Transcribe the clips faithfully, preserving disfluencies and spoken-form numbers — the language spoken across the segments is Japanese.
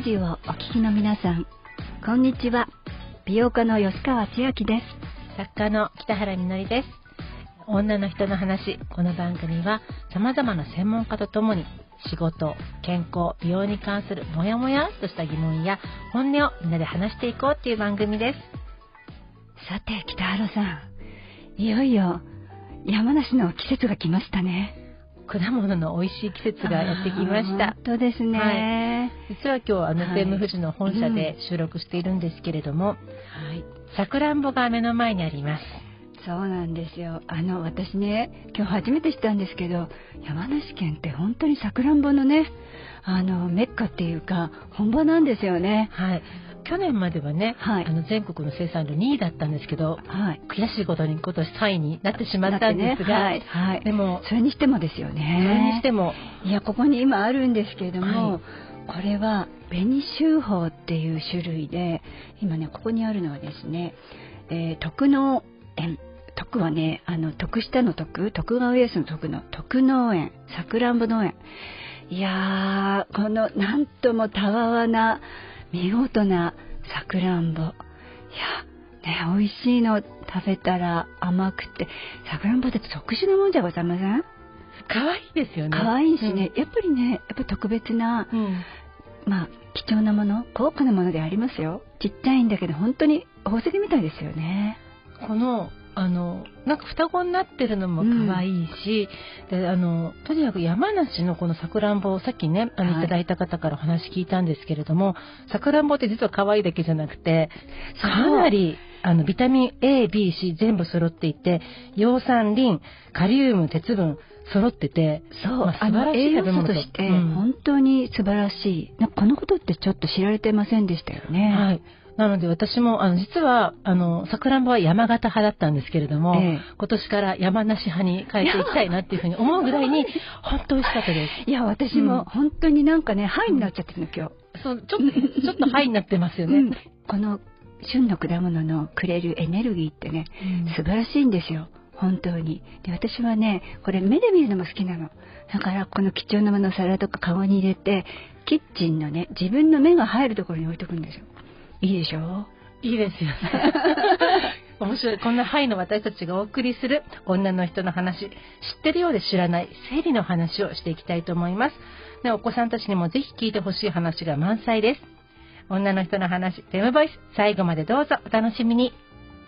ジオをお聞きの皆さん、こんにちは。美容家の吉川千秋です。 作家の北原みのりです。女の人の話。この番組は様々な専門家とともに仕事、健康、美容に関するモヤモヤとした疑問や本音をみんなで話していこうっていう番組です。 さて北原さん、いよいよ山梨の季節が来ましたね。 果物の美味しい季節がやってきました。 本当ですね、 はい、実は今日あの エフエム 富士の本社で収録しているんですけれども、さくらんぼが目の前にあります。 そうなんですよ。あの私ね、今日初めて知ったんですけど、山梨県って本当にさくらんぼのね、あのメッカっていうか本場なんですよね。 はい。去年まではね、はい、あの全国の生産量にいだったんですけど、はい、悔しいことに今年さんいになってしまったんですが、ね、はいはい、でもそれにしてもですよね。 それにしてもいや、ここに今あるんですけれども、はい、これは紅秀峰っていう種類で、今ねここにあるのはですね、えー、徳農園、徳はね、あの徳下の徳、徳川家康の徳の徳農園、さくらんぼ農園。いやー、このなんともたわわな見事なさくらんぼ。いやね、美味しいの食べたら甘くて、さくらんぼって特殊なもんじゃございません？ 可愛いですよね。 可愛いしね、うん、やっぱりね、やっぱ特別な、うん、まあ貴重なもの、高価なものでありますよ。ちっちゃいんだけど本当に宝石みたいですよね。 このあのなんか双子になってるのも可愛いし、うん、であのとにかく山梨のこのさくらんぼをさっきねあの、はい、いただいた方からお話聞いたんですけれども、さくらんぼって実は可愛いだけじゃなくてかなりあのビタミン A、B、C 全部揃っていて、葉酸、リン、カリウム、鉄分揃ってて、 そう、まあ、素晴らしい食べ物として本当に素晴らしい。なんかこのことってちょっと知られてませんでしたよね。 はい。なので私もあの実はあのさくらんぼは山形派だったんですけれども、ええ、今年から山梨派に変えていきたいなっていうふうに思うぐらいに本当美味しかったです。 いや、私も本当になんかね、ハイになっちゃってるの今日。 そう、ちょっとちょっとハイになってますよね。うん、 この旬の果物のくれるエネルギーってね、うん、素晴らしいんですよ。本当に。で、私はね、これ目で見るのも好きなの。だからこの貴重なものを皿とかカゴに入れて、キッチンのね、自分の目が入るところに置いとくんですよ。いいでしょ？ いいですよね。面白い。こんなハイの私たちがお送りする女の人の話、知ってるようで知らない生理の話をしていきたいと思います。で、お子さんたちにもぜひ聞いてほしい話が満載です。女の人の話、フェムボイス、最後までどうぞお楽しみに。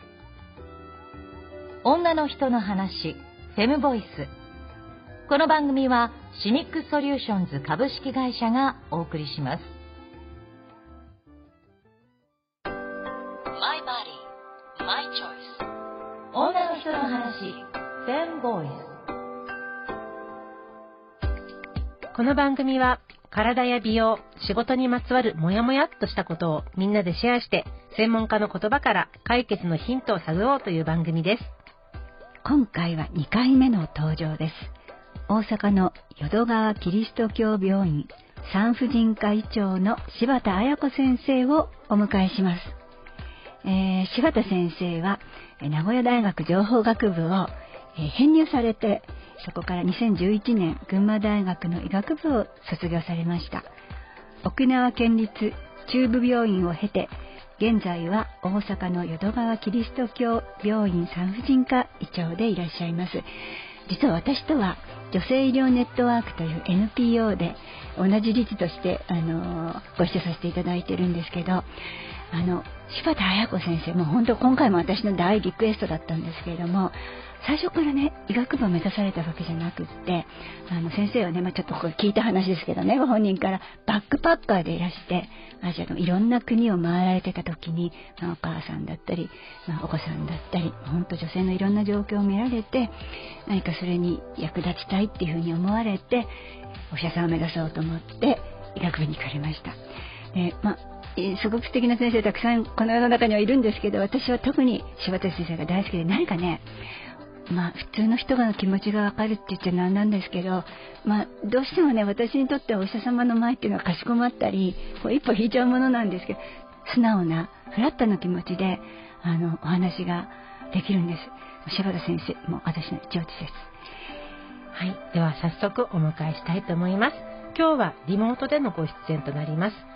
女の人の話、フェムボイス。この番組はシニックソリューションズ株式会社がお送りします。My body, my choice. 女の人の話、フェムボイス。この番組は体や美容、仕事にまつわるモヤモヤっとしたことをみんなでシェアして、専門家の言葉から解決のヒントを探ろうという番組です。 今回はにかいめの登場です。大阪の淀川キリスト教病院産婦人科医長の柴田彩子先生をお迎えします。えー、柴田先生は名古屋大学情報学部を、えー、編入されて、そこからにせんじゅういちねん群馬大学の医学部を卒業されました。沖縄県立中部病院を経て、現在は大阪の淀川キリスト教病院産婦人科医長でいらっしゃいます。実は私とは女性医療ネットワークという エヌピーオー で同じ理事として、あのー、ご一緒させていただいてるんですけど、あの柴田彩子先生も本当今回も私の大リクエストだったんですけれども、最初からね医学部を目指されたわけじゃなくって、あの先生はね、まあ、ちょっとこれ聞いた話ですけどね、ご本人からバックパッカーでいらしてアジアのいろんな国を回られてた時に、まあ、お母さんだったり、まあ、お子さんだったり、本当女性のいろんな状況を見られて、何かそれに役立ちたいっていうふうに思われて、お医者さんを目指そうと思って医学部に行かれました。で、まあすごく素敵な先生たくさんこの世の中にはいるんですけど、私は特に柴田先生が大好きで、何かね、まあ普通の人の気持ちがわかるって言っちゃなんなんですけど、まあどうしてもね、私にとってはお医者様の前っていうのはかしこまったり、こう一歩引いちゃうものなんですけど、素直なフラットな気持ちであのお話ができるんです。柴田先生も私の一押しです。 はい、では早速お迎えしたいと思います。今日はリモートでのご出演となります。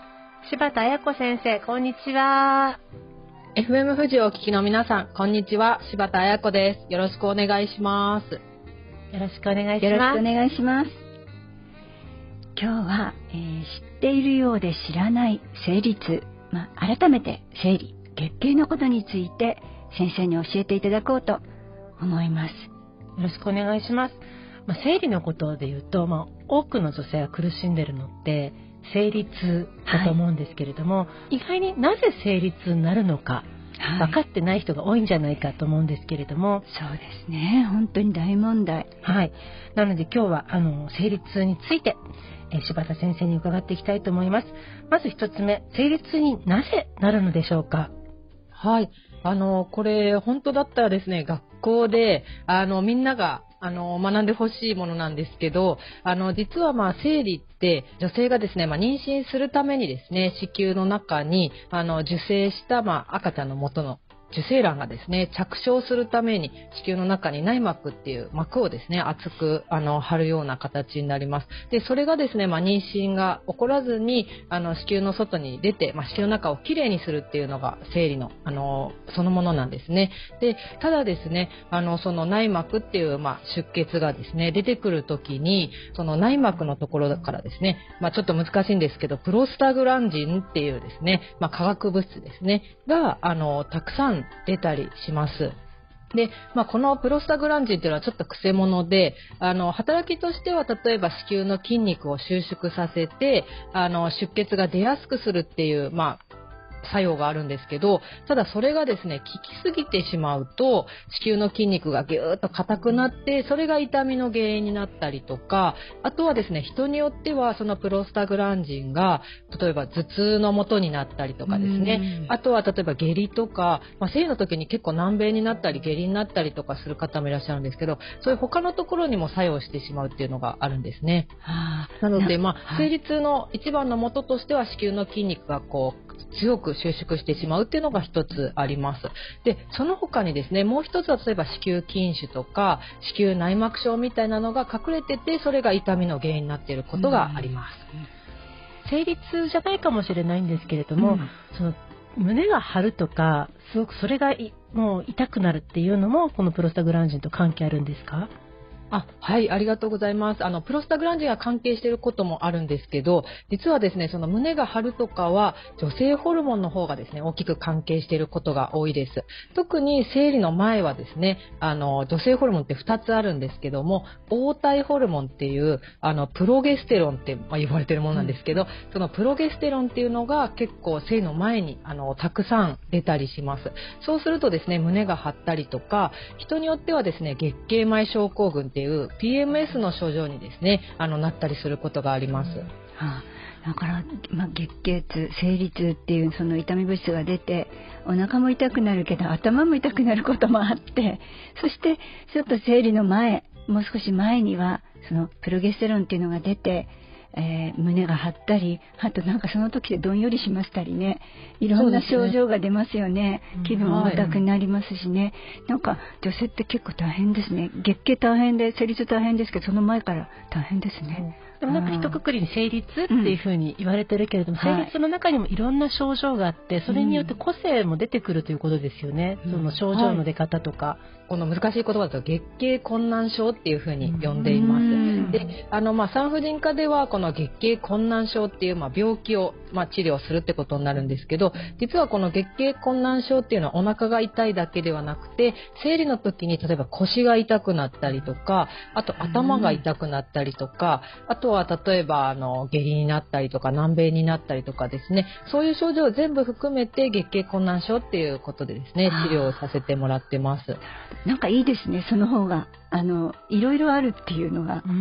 柴田彩子先生、こんにちは。 エフエム 富士をお聞きの皆さん、こんにちは。柴田彩子です。よろしくお願いします。 よろしくお願いします。 よろしくお願いします。今日は、えー、知っているようで知らない生理痛、まあ、改めて生理、月経のことについて先生に教えていただこうと思います。 よろしくお願いします。まあ、生理のことで言うと、まあ、多くの女性が苦しんでいるのって生理痛だと思うんですけれども、はい、意外になぜ生理痛になるのか、はい、分かってない人が多いんじゃないかと思うんですけれども。 そうですね、本当に大問題。 はい。なので今日はあの生理痛について、えー、柴田先生に伺っていきたいと思います。まず一つ目、生理痛になぜなるのでしょうか。 はい。あのこれ本当だったらですね、学校であのみんながあの学んでほしいものなんですけど、あの実はまあ生理って女性がですね、まあ、妊娠するためにですね、子宮の中にあの受精したまあ赤ちゃんの元の受精卵がですね、着床するために子宮の中に内膜っていう膜をですね、厚くあの張るような形になります。で、それがですね、まあ、妊娠が起こらずにあの子宮の外に出て、まあ、子宮の中をきれいにするっていうのが生理のあのそのものなんですね。で、ただですね、あのその内膜っていうまあ出血がですね、出てくるときにその内膜のところからですね、まあ、ちょっと難しいんですけど、プロスタグランジンっていうですね、まあ、化学物質ですねがあのたくさん出たりします。で、まあ、このプロスタグランジンというのはちょっとくせ者で、あの働きとしては例えば子宮の筋肉を収縮させてあの出血が出やすくするっていう、まあ作用があるんですけど、ただそれがですね、効きすぎてしまうと子宮の筋肉がぎゅーっと硬くなって、それが痛みの原因になったりとか、あとはですね、人によってはそのプロスタグランジンが例えば頭痛の元になったりとかですね、あとは例えば下痢とか、まあ、生理の時に結構難病になったり下痢になったりとかする方もいらっしゃるんですけど、そういう他のところにも作用してしまうっていうのがあるんですね。はあ、なので、まあ、生理痛の一番の元としては子宮の筋肉がこう強く収縮してしまうっていうのが一つあります。で、その他にですね、もう一つは例えば子宮筋腫とか子宮内膜症みたいなのが隠れてて、それが痛みの原因になっていることがあります。 生理痛じゃないかもしれないんですけれども、うん、その胸が張るとか、すごくそれがもう痛くなるっていうのもこのプロスタグランジンと関係あるんですか？ あ、はい、ありがとうございます。あの、プロスタグランジンが関係していることもあるんですけど、実はですね、その胸が張るとかは、女性ホルモンの方がですね、大きく関係していることが多いです。特に生理の前はですね、あの、女性ホルモンってふたつあるんですけども、黄体ホルモンっていう、あの、プロゲステロンって、まあ、言われているものなんですけど、うん、そのプロゲステロンっていうのが結構生理の前に、あの、たくさん出たりします。そうするとですね、胸が張ったりとか、人によってはですね、月経前症候群っていう ピーエムエス の症状にですね、あのなったりすることがあります。はあ、だから、まあ、月経痛、生理痛っていうその痛み物質が出て、お腹も痛くなるけど頭も痛くなることもあって、そしてちょっと生理の前、もう少し前にはそのプロゲステロンっていうのが出て、えー、胸が張ったり、あとなんかその時でどんよりしましたりね、いろんな症状が出ますよね。気分も重たくなりますしね、うん、なんか女性って結構大変ですね。月経大変で生理痛大変ですけど、その前から大変ですね。 でもなんか一括りに生理痛っていうふうに言われてるけれども、うん、生理痛の中にもいろんな症状があって、それによって個性も出てくるということですよね、うん、その症状の出方とか、はい、 この難しい言葉だと月経困難症っていうふうに呼んでいます、うん、で、あのまあ産婦人科ではこの月経困難症っていうまあ病気をまあ治療するってことになるんですけど、実はこの月経困難症っていうのはお腹が痛いだけではなくて、生理の時に例えば腰が痛くなったりとか、あと頭が痛くなったりとか、あとは例えばあの下痢になったりとか難病になったりとかですね、そういう症状を全部含めて月経困難症っていうことでですね、治療をさせてもらってます。 なんかいいですね、その方があのいろいろあるっていうのが、うん、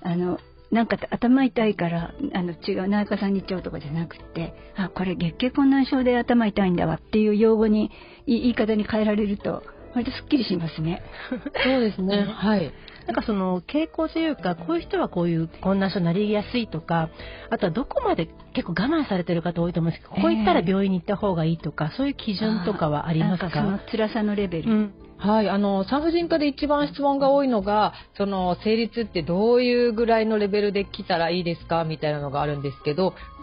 あのなんか頭痛いからあの違う内科さんに行っちゃうとかじゃなくて、あ、これ月経困難症で頭痛いんだわっていう用語に言い方に変えられると割とすっきりしますね。 そうですね、はい。 なんかその傾向というか、こういう人はこういう困難症になりやすいとか、あとはどこまで結構我慢されてる方多いと思うんですけど、こういったら病院に行った方がいいとか、そういう基準とかはありますか？ なんかその辛さのレベル、うん、 はい、あの産婦人科で一番質問が多いのが、その生理痛ってどういうぐらいのレベルで来たらいいですかみたいなのがあるんですけど、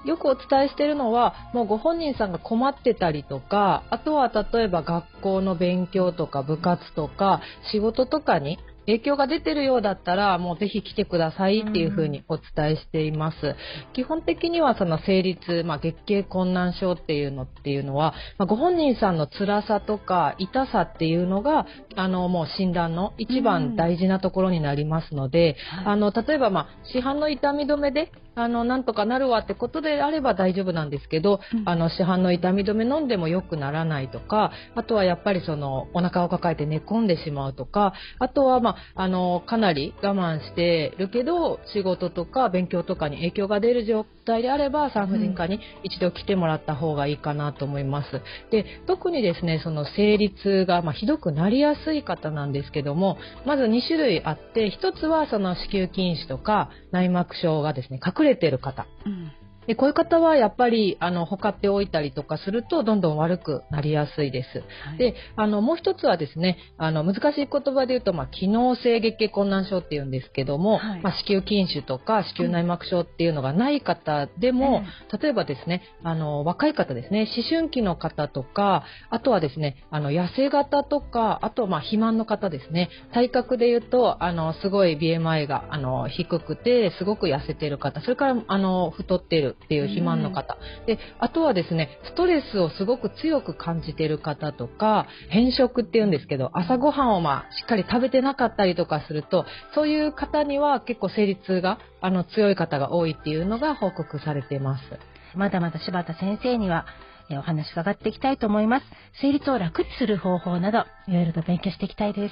よくお伝えしているのは、もうご本人さんが困ってたりとか、あとは例えば学校の勉強とか部活とか仕事とかに影響が出てるようだったら、もうぜひ来てくださいっていうふうにお伝えしています。うん、基本的にはその生理痛、まあ、月経困難症っていうのっていうのは、まあ、ご本人さんの辛さとか痛さっていうのが、あの、もう診断の一番大事なところになりますので、うん、あの、例えばまあ、市販の痛み止めで、あの、なんとかなるわってことであれば大丈夫なんですけど、うん、あの、市販の痛み止め飲んでも良くならないとか、あとはやっぱりその、お腹を抱えて寝込んでしまうとか、あとはまあ、あの、かなり我慢してるけど、仕事とか勉強とかに影響が出る状態であれば、産婦人科に一度来てもらった方がいいかなと思います。で、特にですね、その生理痛がまあひどくなりやすい方なんですけども、まずに種類あって、一つはその子宮筋腫とか内膜症がですね、隠れている方。うん、でこういう方はやっぱりあのほかっておいたりとかするとどんどん悪くなりやすいです。はい、であのもう一つはですね、あの難しい言葉で言うと、まあ、機能性月経困難症っていうんですけども、はい、まあ、子宮筋腫とか子宮内膜症っていうのがない方でも、うん、例えばですね、あの若い方ですね、思春期の方とか、あとはですね、あの痩せ型とか、あとまあ肥満の方ですね、体格で言うとあのすごい ビーエムアイ があの低くてすごく痩せている方、それからあの太っているっていう肥満の方、うん、であとはですね、ストレスをすごく強く感じている方とか、偏食っていうんですけど、朝ごはんをまあしっかり食べてなかったりとかすると、そういう方には結構生理痛があの強い方が多いっていうのが報告されています。 まだまだ柴田先生にはお話伺っていきたいと思います。生理痛を楽にする方法などいろいろと勉強していきたいです。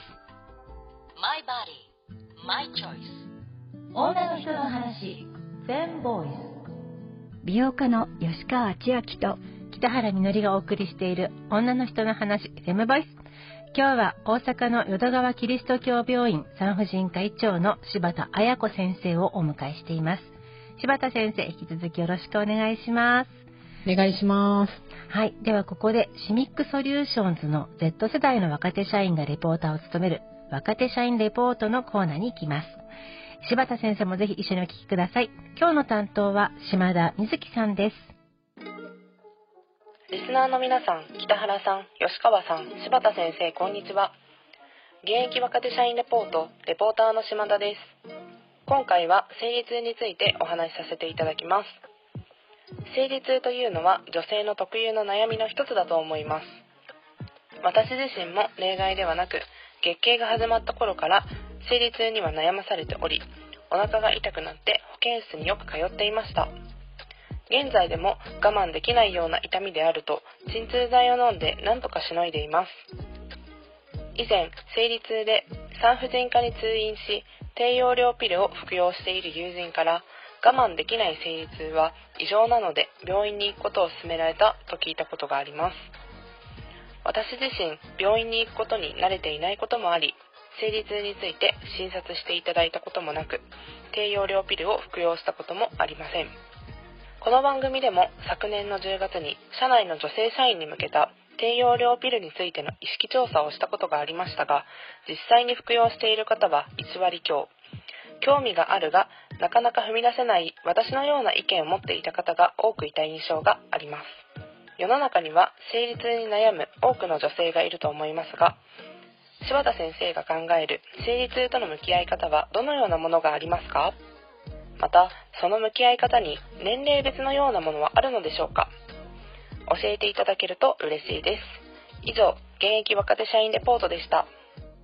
My body, my choice。女の人の話、フェムボイス。 美容家の吉川千明と北原みのりがお送りしている女の人の話、フェムボイス。今日は大阪の淀川キリスト教病院産婦人科医長の柴田彩子先生をお迎えしています。柴田先生、引き続きよろしくお願いします。 お願いします。 はい。ではここでシミックソリューションズの Z 世代の若手社員がレポーターを務める若手社員レポートのコーナーに行きます。柴田先生もぜひ一緒にお聞きください。今日の担当は島田瑞希さんです。 リスナーの皆さん、北原さん、吉川さん、柴田先生、こんにちは。現役若手社員レポート、レポーターの島田です。今回は生理痛についてお話しさせていただきます。生理痛というのは女性の特有の悩みの一つだと思います。私自身も例外ではなく、月経が始まった頃から生理痛には悩まされており、お腹が痛くなって保健室によく通っていました。現在でも我慢できないような痛みであると鎮痛剤を飲んで何とかしのいでいます。以前、生理痛で産婦人科に通院し、低用量ピルを服用している友人から、我慢できない生理痛は異常なので病院に行くことを勧められたと聞いたことがあります。私自身、病院に行くことに慣れていないこともあり、生理痛について診察していただいたこともなく、低用量ピルを服用したこともありません。この番組でも昨年のじゅうがつに社内の女性社員に向けた低用量ピルについての意識調査をしたことがありましたが、実際に服用している方はいちわり強。興味があるがなかなか踏み出せない私のような意見を持っていた方が多くいた印象があります。世の中には生理痛に悩む多くの女性がいると思いますが、柴田先生が考える生理痛との向き合い方はどのようなものがありますか？また、その向き合い方に年齢別のようなものはあるのでしょうか？教えていただけると嬉しいです。以上、現役若手社員レポートでした。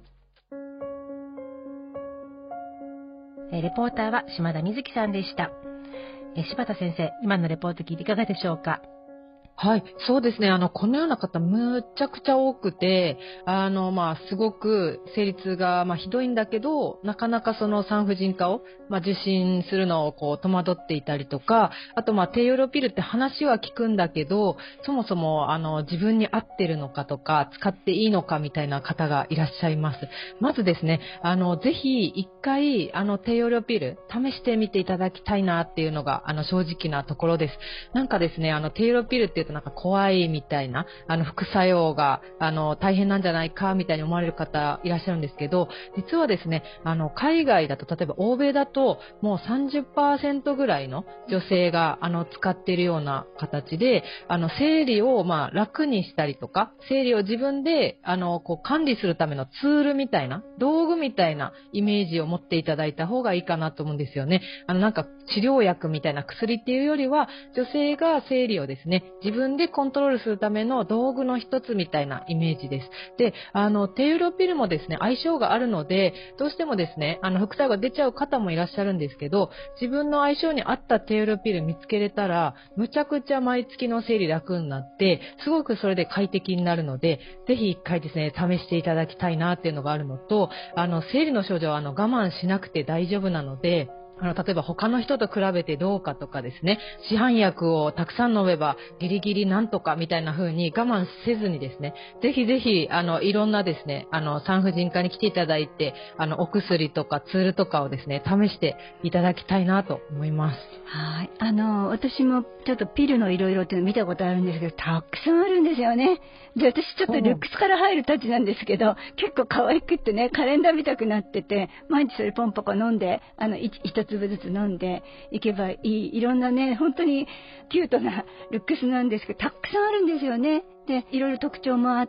レポーターは島田瑞希さんでした。柴田先生、今のレポート聞いていかがでしょうか？ はい、そうですね。あの、このような方、むちゃくちゃ多くて、あの、まあ、すごく生理痛が、まあ、ひどいんだけど、なかなかその産婦人科を、まあ、受診するのを、こう、戸惑っていたりとか、あと、まあ、低用量ピルって話は聞くんだけど、そもそも、あの、自分に合ってるのかとか、使っていいのかみたいな方がいらっしゃいます。まずですね、あの、ぜひ、一回、あの、低用量ピル、試してみていただきたいなっていうのが、あの、正直なところです。なんかですね、あの、低用量ピルってとなんか怖いみたいな、あの副作用があの大変なんじゃないかみたいに思われる方いらっしゃるんですけど、実はですね、あの海外だと、例えば欧米だともう さんじゅっパーセント ぐらいの女性があの使っているような形で、あの生理をまあ楽にしたりとか、生理を自分であのこう管理するためのツールみたいな、道具みたいなイメージを持っていただいた方がいいかなと思うんですよね。あのなんか治療薬みたいな薬っていうよりは、女性が生理をですね、自分でコントロールするための道具の一つみたいなイメージです。で、あの低用量ピルもですね、相性があるので、どうしてもですね、あの副作用が出ちゃう方もいらっしゃるんですけど、自分の相性に合った低用量ピル見つけれたら、むちゃくちゃ毎月の生理楽になって、すごくそれで快適になるので、ぜひ一回ですね、試していただきたいなっていうのがあるのと、あの生理の症状はあの我慢しなくて大丈夫なので、あの、例えば他の人と比べてどうかとかですね、市販薬をたくさん飲めばギリギリなんとかみたいな風に我慢せずにですね、ぜひぜひ、あの、いろんなですね、あの、産婦人科に来ていただいて、あの、お薬とかツールとかをですね、試していただきたいなと思います。 はい。あの、私もちょっとピルのいろいろっていうの見たことあるんですけど、たくさんあるんですよね。で、私ちょっとルックスから入るたちなんですけど、結構可愛くってね、カレンダー見たくなってて、毎日それポンポコ飲んで、あの、一粒ずつ飲んでいけばいい、いろんなね、本当にキュートなルックスなんですけど、たくさんあるんですよね。で、いろいろ特徴もあって、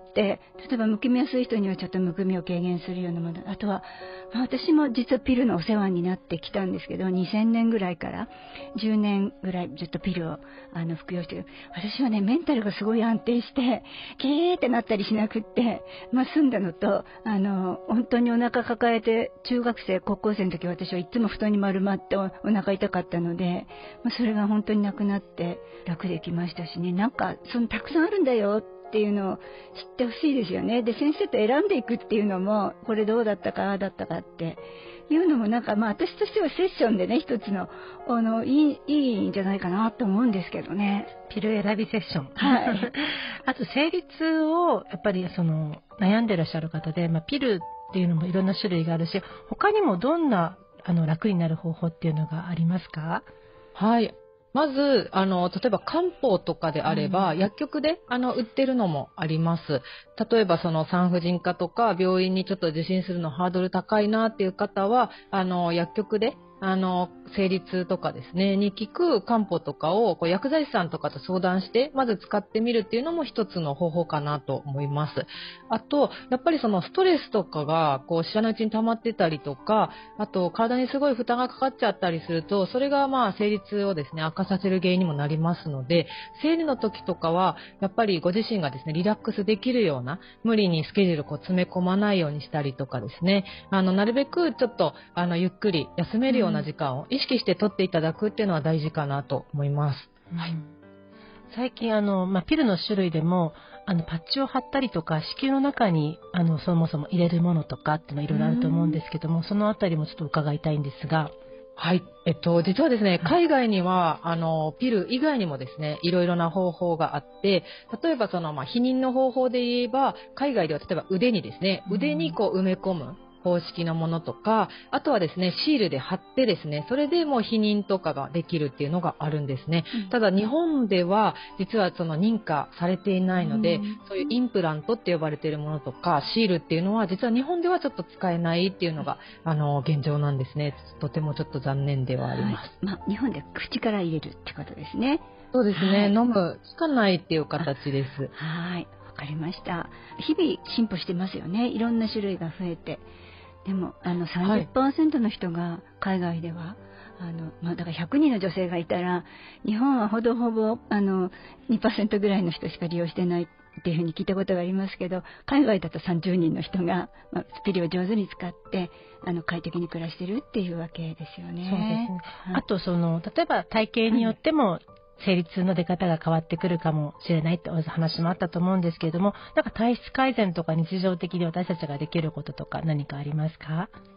例えばむくみやすい人にはちょっとむくみを軽減するようなもの、あとは、まあ、私も実はピルのお世話になってきたんですけど、にせんねんぐらいからじゅうねんぐらいずっとピルをあの服用してる。私はね、メンタルがすごい安定してキーってなったりしなくって、まあ、済んだのと、あの本当にお腹抱えて、中学生高校生の時私はいつも布団に丸まって お, お腹痛かったので、まあ、それが本当になくなって楽できましたしね。なんかそのたくさんあるんだよっていうのを知ってほしいですよね。で、先生と選んでいくっていうのも、これどうだったかああだったかっていうのも、なんかまあ私としてはセッションでね、一つのあのいいいいんじゃないかなと思うんですけどね。 ピル選びセッション。 はい。 あと生理痛をやっぱりその悩んでらっしゃる方で、まあ、ピルっていうのもいろんな種類があるし、他にもどんなあの楽になる方法っていうのがありますか？ はい。まず、あの、例えば漢方とかであれば、うん、薬局で、あの、売ってるのもあります。例えば、その産婦人科とか病院にちょっと受診するのハードル高いなっていう方は、あの、薬局で、あの、生理痛とかですね、に効く漢方とかをこう薬剤師さんとかと相談して、まず使ってみるっていうのも一つの方法かなと思います。あと、やっぱりそのストレスとかが、こう知らないうちに溜まってたりとか、あと体にすごい負担がかかっちゃったりすると、それがまあ生理痛をですね、悪化させる原因にもなりますので、生理の時とかは、やっぱりご自身がですね、リラックスできるような、無理にスケジュールをこう詰め込まないようにしたりとかですね、あの、なるべくちょっと、あの、ゆっくり休めるような時間を意識して取っていただくっていうのは大事かなと思います。はい。 最近あの、まあ、ピルの種類でもあのパッチを貼ったりとか、子宮の中にあのそもそも入れるものとかっていうのいろいろあると思うんですけども、そのあたりもちょっと伺いたいんですが。 はい。えっと、実はですね、海外には、あの、ピル以外にもですね、いろいろな方法があって、例えばその、まあ、避妊の方法で言えば、海外では例えば腕にですね、腕にこう埋め込む方式のものとか、あとはですね、シールで貼ってですね、それでもう避妊とかができるっていうのがあるんですね。うん、ただ日本では実はその認可されていないので、うん、そういうインプラントって呼ばれているものとか、シールっていうのは実は日本ではちょっと使えないっていうのが、あの、現状なんですね。とてもちょっと残念ではあります。はい、 まあ、日本では口から入れるってことですね。 そうですね。はい、飲むしかないっていう形です。 はい。わかりました。日々進歩してますよね。いろんな種類が増えて。でもあの さんじゅっパーセント の人が海外では、はい、あのまあ、だからひゃくにんの女性がいたら日本はほどほぼあの にパーセント ぐらいの人しか利用してないっていうふうに聞いたことがありますけど、海外だとさんじゅうにんの人が、まあ、ピルを上手に使ってあの快適に暮らしてるっていうわけですよね。 そうですね。はい、あとその例えば体型によっても、はい生理痛の出方が変わってくるかもしれないって話もあったと思うんですけれども、なんか体質改善とか日常的に私たちができることとか何かありますか？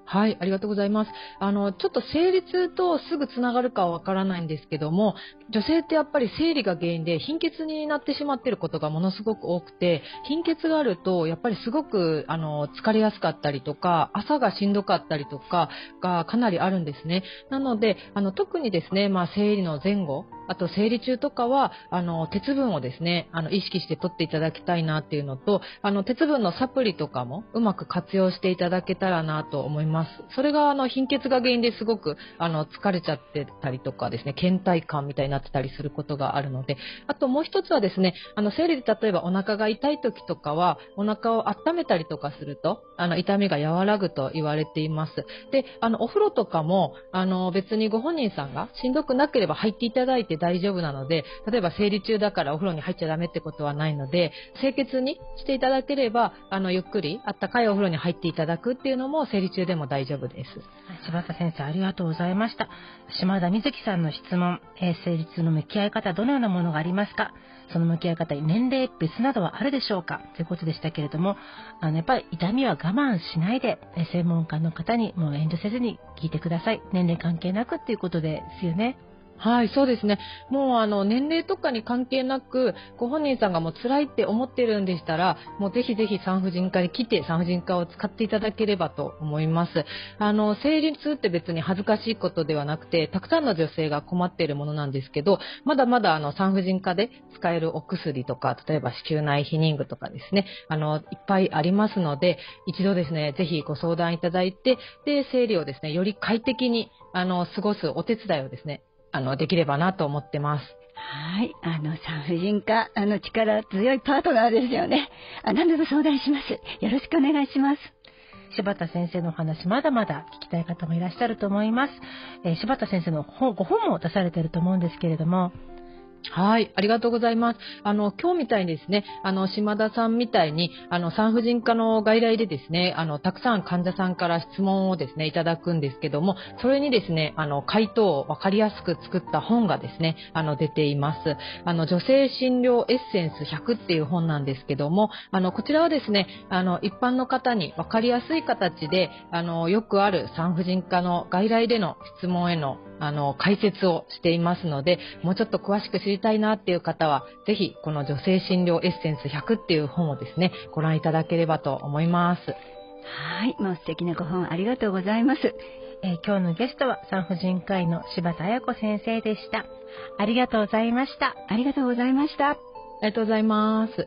はい、ありがとうございます。あの、ちょっと生理痛とすぐつながるかはわからないんですけども、女性ってやっぱり生理が原因で貧血になってしまっていることがものすごく多くて、貧血があるとやっぱりすごくあの疲れやすかったりとか、朝がしんどかったりとかがかなりあるんですね。なので、あの特にですね、まあ生理の前後、あと生理中とかはあの鉄分をですね、あの意識して取っていただきたいなっていうのと、あの鉄分のサプリとかもうまく活用していただけたらなと思います。それがあの貧血が原因ですごくあの疲れちゃってたりとかですね、倦怠感みたいになってたりすることがあるので、あともう一つはですね、あの生理で例えばお腹が痛い時とかはお腹を温めたりとかするとあの痛みが和らぐと言われています。で、あのお風呂とかもあの別にご本人さんがしんどくなければ入っていただいて大丈夫なので、例えば生理中だからお風呂に入っちゃダメってことはないので、清潔にしていただければあのゆっくりあったかいお風呂に入っていただくっていうのも生理中でも大丈夫です。 柴田先生、ありがとうございました。島田美月さんの質問、えー、生理痛の向き合い方、どのようなものがありますか？その向き合い方に年齢別などはあるでしょうか？ということでしたけれども、あのやっぱり痛みは我慢しないで、えー、専門家の方にもう遠慮せずに聞いてください。年齢関係なくっていうことですよね。 はい、そうですね。もうあの年齢とかに関係なく、ご本人さんがもう辛いって思ってるんでしたら、もうぜひぜひ産婦人科に来て産婦人科を使っていただければと思います。あの生理痛って別に恥ずかしいことではなくて、たくさんの女性が困っているものなんですけど、まだまだあの産婦人科で使えるお薬とか、例えば子宮内避妊具とかですね、あのいっぱいありますので、一度ですね、ぜひご相談いただいて、で生理をですね、より快適にあの過ごすお手伝いをですね、あの、できればなと思ってます。 はい。あの、産婦人科、あの、力強いパートナーですよね。あ、何でも相談します。よろしくお願いします。 柴田先生のお話、まだまだ聞きたい方もいらっしゃると思います。えー、柴田先生の本、ご本も出されていると思うんですけれども、 はい、ありがとうございます。あの、今日みたいにですね、あの、島田さんみたいに、あの、産婦人科の外来でですね、あの、たくさん患者さんから質問をですね、いただくんですけども、それにですね、あの、回答をわかりやすく作った本がですね、あの、出ています。あの、女性診療エッセンスひゃくっていう本なんですけども、あの、こちらはですね、あの、一般の方にわかりやすい形で、あの、よくある産婦人科の外来での質問へのあの解説をしていますので、もうちょっと詳しく知りたいなっていう方はぜひこの女性診療エッセンスひゃくっていう本をですね、ご覧いただければと思います。 はい、もう素敵なご本ありがとうございます。 えー、今日のゲストは産婦人科医の柴田彩子先生でした。ありがとうございました。 ありがとうございました。ありがとうございます。 マイバデ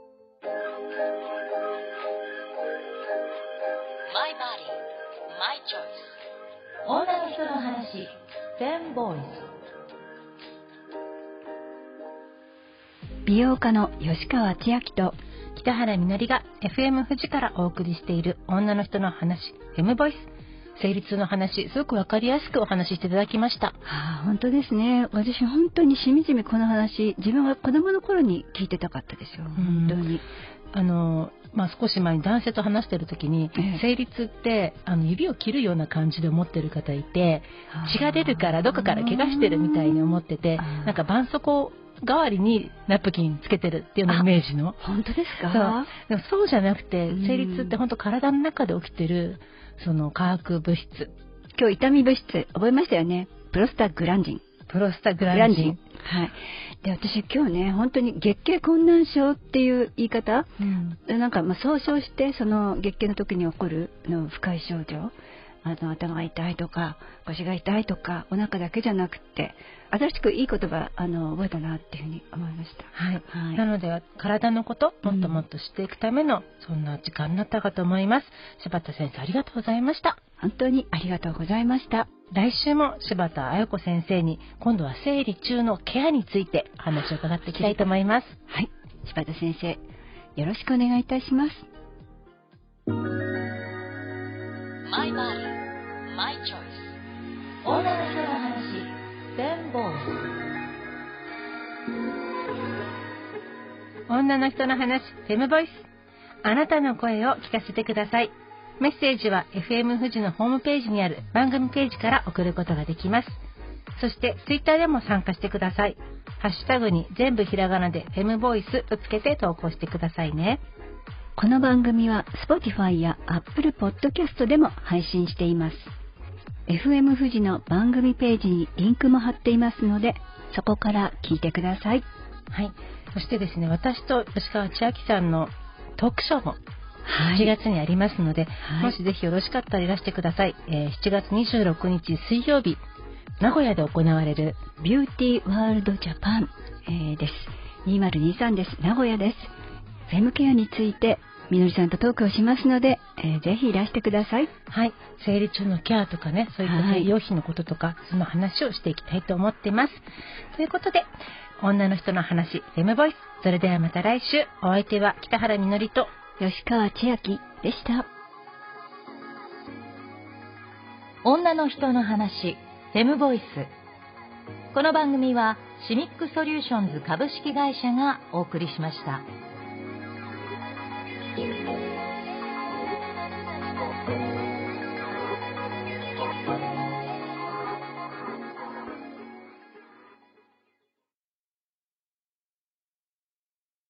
ィ、マイチョイス。女の人の話、フェムボイス。 美容家の吉川千明と北原みのりが エフエム 富士からお送りしている女の人の話、フェムボイス。生理痛の話、すごくわかりやすくお話ししていただきました。はあ、本当ですね。私本当にしみじみこの話、自分が子供の頃に聞いてたかったですよ。本当に。 あのまあ、少し前に男性と話している時に、ええ、生理痛ってあの指を切るような感じで思ってる方いて、血が出るからどこから怪我してるみたいに思ってて、なんか絆創膏代わりにナプキンつけてるっていうようなイメージの。 本当ですか？ そうでもそうじゃなくて、生理痛って本当体の中で起きてるその化学物質。 今日痛み物質覚えましたよね。プロスタグランジン。 プロスタグランジン。 はい。で、私今日ね、本当に月経困難症っていう言い方、うん、なんかまあ総称してその月経の時に起こるの不快症状、あの頭が痛いとか腰が痛いとかお腹だけじゃなくて、新しくいい言葉あの覚えたなっていうふうに思いました。 はい。はい、なので体のこともっともっと知っていくための、うん、そんな時間になったかと思います。柴田先生、ありがとうございました。 本当にありがとうございました。 来週も柴田彩子先生に今度は生理中のケアについて話を伺っていきたいと思います。 はい、柴田先生、よろしくお願いいたします。 マイバディ、マイチョイス。女の人の話、フェムボイス。女の人の話、フェムボイス。あなたの声を聞かせてください。メッセージは エフエム 富士のホームページにある番組ページから送ることができます。そしてツイッターでも参加してください。ハッシュタグに全部ひらがなでフェムボイスとつけて投稿してくださいね。 この番組は Spotify や Apple Podcast でも配信しています。エフエム 富士の番組ページにリンクも貼っていますので、そこから聞いてください。 はい。そしてですね、私と吉川千明さんのトークショーもはい、 しちがつにありますので、 はい、 もしぜひよろしかったらいらしてください。えー、しちがつにじゅうろくにち水曜日、名古屋で行われるビューティーワールドジャパン、えー、です。にせんにじゅうさんです。名古屋です。フェムケアについてみのりさんとトークをしますので、えー、ぜひいらしてください。 はい。生理中のケアとかね、そういった医療費のこととか、はい、その話をしていきたいと思っています。ということで、女の人の話、フェムボイス。それではまた来週。お相手は北原みのりと吉川千明でした。 女の人の話、フェムボイス。この番組はシニックソリューションズ株式会社がお送りしました。Thank you.